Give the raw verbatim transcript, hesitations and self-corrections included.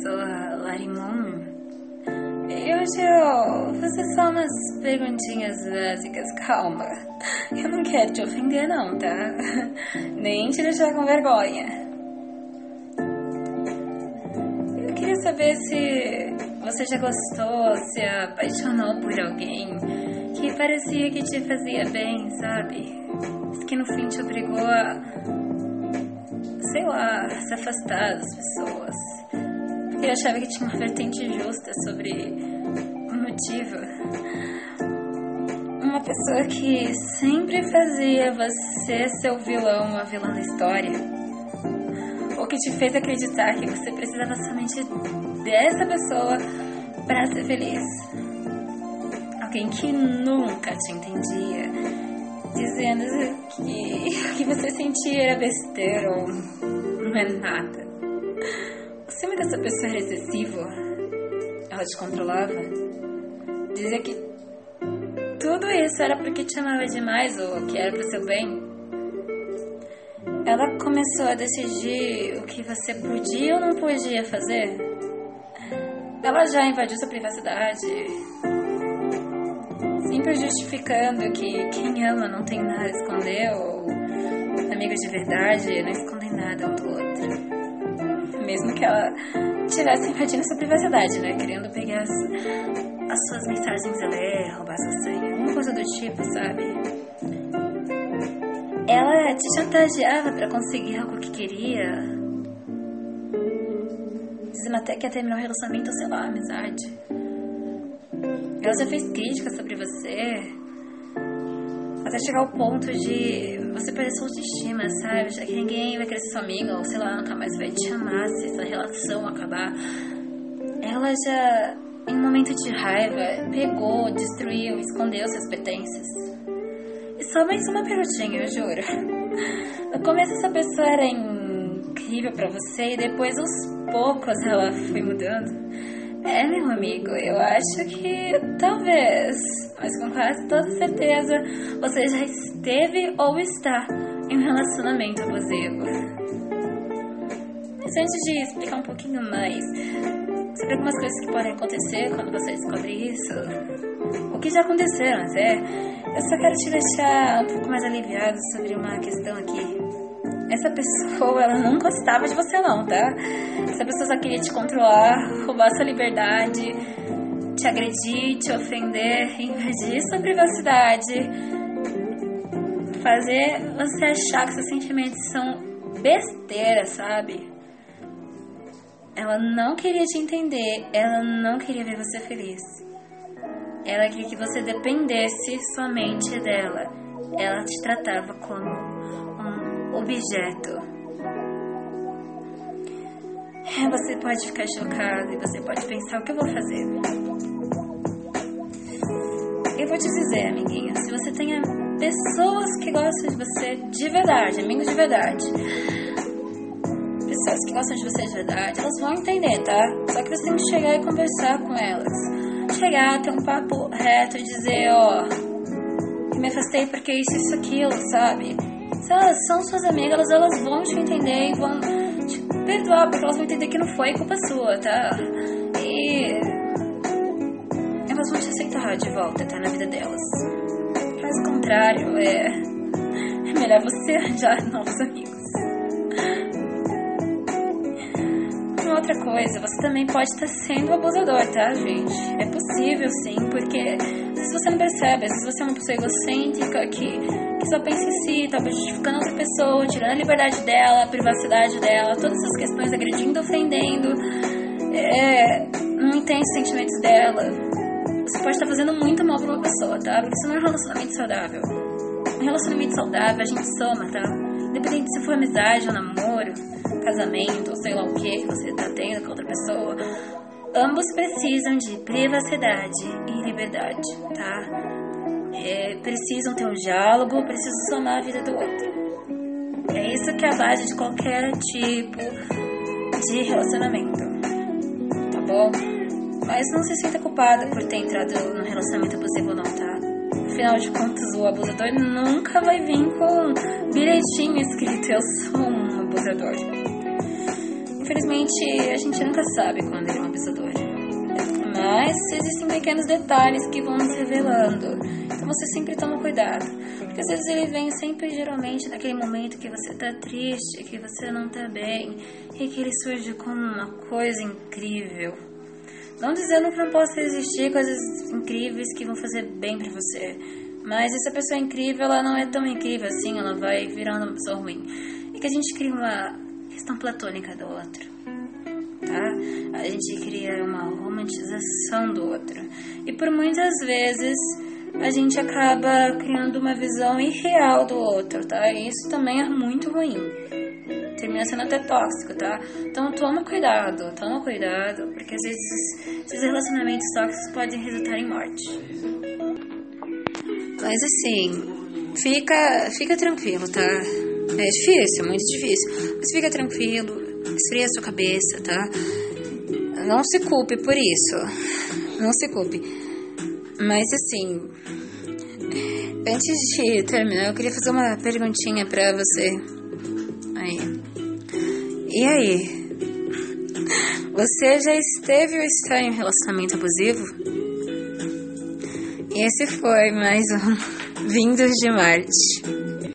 sou a Larimon. E hoje eu vou fazer só umas perguntinhas básicas. Calma, eu não quero te ofender não, tá? Nem te deixar com vergonha. Eu queria saber se você já gostou, se apaixonou por alguém que parecia que te fazia bem, sabe? Mas que no fim te obrigou a, sei lá, se afastar das pessoas. Porque eu achava que tinha uma vertente justa sobre o motivo. Uma pessoa que sempre fazia você ser o vilão, a vilã da história. Ou que te fez acreditar que você precisava somente dessa pessoa para ser feliz. Alguém que nunca te entendia, dizendo que o que você sentia era besteira ou não é nada. O ciúme dessa pessoa era excessivo. Ela te controlava. Dizia que tudo isso era porque te amava demais ou que era pro seu bem. Ela começou a decidir o que você podia ou não podia fazer. Ela já invadiu sua privacidade, sempre justificando que quem ama não tem nada a esconder, ou amigos de verdade não escondem nada um do outro. Mesmo que ela estivesse invadindo sua privacidade, né? Querendo pegar as, as suas mensagens a ler, roubar sua senha, alguma coisa do tipo, sabe? Ela te chantageava pra conseguir algo que queria, dizendo até que ia terminar o relacionamento, ou sei lá, amizade. Ela já fez críticas sobre você, até chegar ao ponto de você perder sua autoestima, sabe? Já que ninguém vai querer ser sua amiga, ou sei lá, nunca mais vai te amar se essa relação acabar. Ela já, em um momento de raiva, pegou, destruiu, escondeu seus pertences. E só mais uma perguntinha, eu juro. No começo essa pessoa era incrível pra você e depois aos poucos ela foi mudando. É, meu amigo, eu acho que talvez, mas com quase toda certeza, você já esteve ou está em um relacionamento abusivo. Mas antes de explicar um pouquinho mais sobre algumas coisas que podem acontecer quando você descobre isso, o que já aconteceram até, eu só quero te deixar um pouco mais aliviado sobre uma questão aqui. Essa pessoa, ela não gostava de você não, tá? Essa pessoa só queria te controlar, roubar sua liberdade, te agredir, te ofender, invadir sua privacidade, fazer você achar que seus sentimentos são besteira, sabe? Ela não queria te entender, ela não queria ver você feliz. Ela queria que você dependesse somente dela. Ela te tratava como objeto. Você pode ficar chocado e você pode pensar: o que eu vou fazer? Eu vou te dizer, amiguinho, se você tem pessoas que gostam de você de verdade, amigos de verdade, pessoas que gostam de você de verdade, elas vão entender, tá? Só que você tem que chegar e conversar com elas. Chegar, ter um papo reto e dizer: ó, eu me afastei porque isso, isso, aquilo, sabe? Se elas são suas amigas, elas vão te entender e vão te perdoar, porque elas vão entender que não foi culpa sua, tá? E elas vão te aceitar de volta, tá? Na vida delas. Caso contrário, é, é melhor você arranjar novos amigos. Uma outra coisa, você também pode estar sendo um abusador, tá, gente? É possível, sim, porque às vezes você não percebe, às vezes você é uma pessoa egocêntrica que, que só pensa em si, tá justificando outra pessoa, tirando a liberdade dela, a privacidade dela, todas essas questões, agredindo, ofendendo, é, não entende os sentimentos dela. Você pode estar fazendo muito mal pra uma pessoa, tá? Porque isso não é um relacionamento saudável. Um relacionamento saudável, a gente soma, tá? Independente se for amizade ou namoro, casamento, ou sei lá o que que você tá tendo com outra pessoa, ambos precisam de privacidade e liberdade, tá? É, precisam ter um diálogo, precisam somar a vida do outro. É isso que é a base de qualquer tipo de relacionamento, tá bom? Mas não se sinta culpada por ter entrado num relacionamento abusivo não, tá? Afinal de contas, o abusador nunca vai vir com um bilhetinho escrito: eu sou um abusador. infelizmente, a gente nunca sabe quando ele é um abusador. Mas existem pequenos detalhes que vão nos revelando. Então você sempre toma cuidado. Porque às vezes ele vem sempre, geralmente, naquele momento que você tá triste, que você não tá bem, e que ele surge como uma coisa incrível. Não dizendo que não possa existir coisas incríveis que vão fazer bem pra você. Mas essa pessoa incrível, ela não é tão incrível assim, ela vai virando uma pessoa ruim. É que a gente cria uma questão platônica do outro, tá? A gente cria uma romantização do outro. E por muitas vezes a gente acaba criando uma visão irreal do outro, tá? E isso também é muito ruim. Termina sendo até tóxico, tá? Então toma cuidado, toma cuidado, porque às vezes esses relacionamentos tóxicos podem resultar em morte. Mas assim, fica, fica tranquilo, tá? É difícil, muito difícil. Mas fica tranquilo, esfria a sua cabeça, tá? Não se culpe por isso. Não se culpe. Mas assim, antes de terminar, eu queria fazer uma perguntinha pra você. Aí. E aí? Você já esteve ou está em um relacionamento abusivo? E esse foi mais um Vindos de Marte.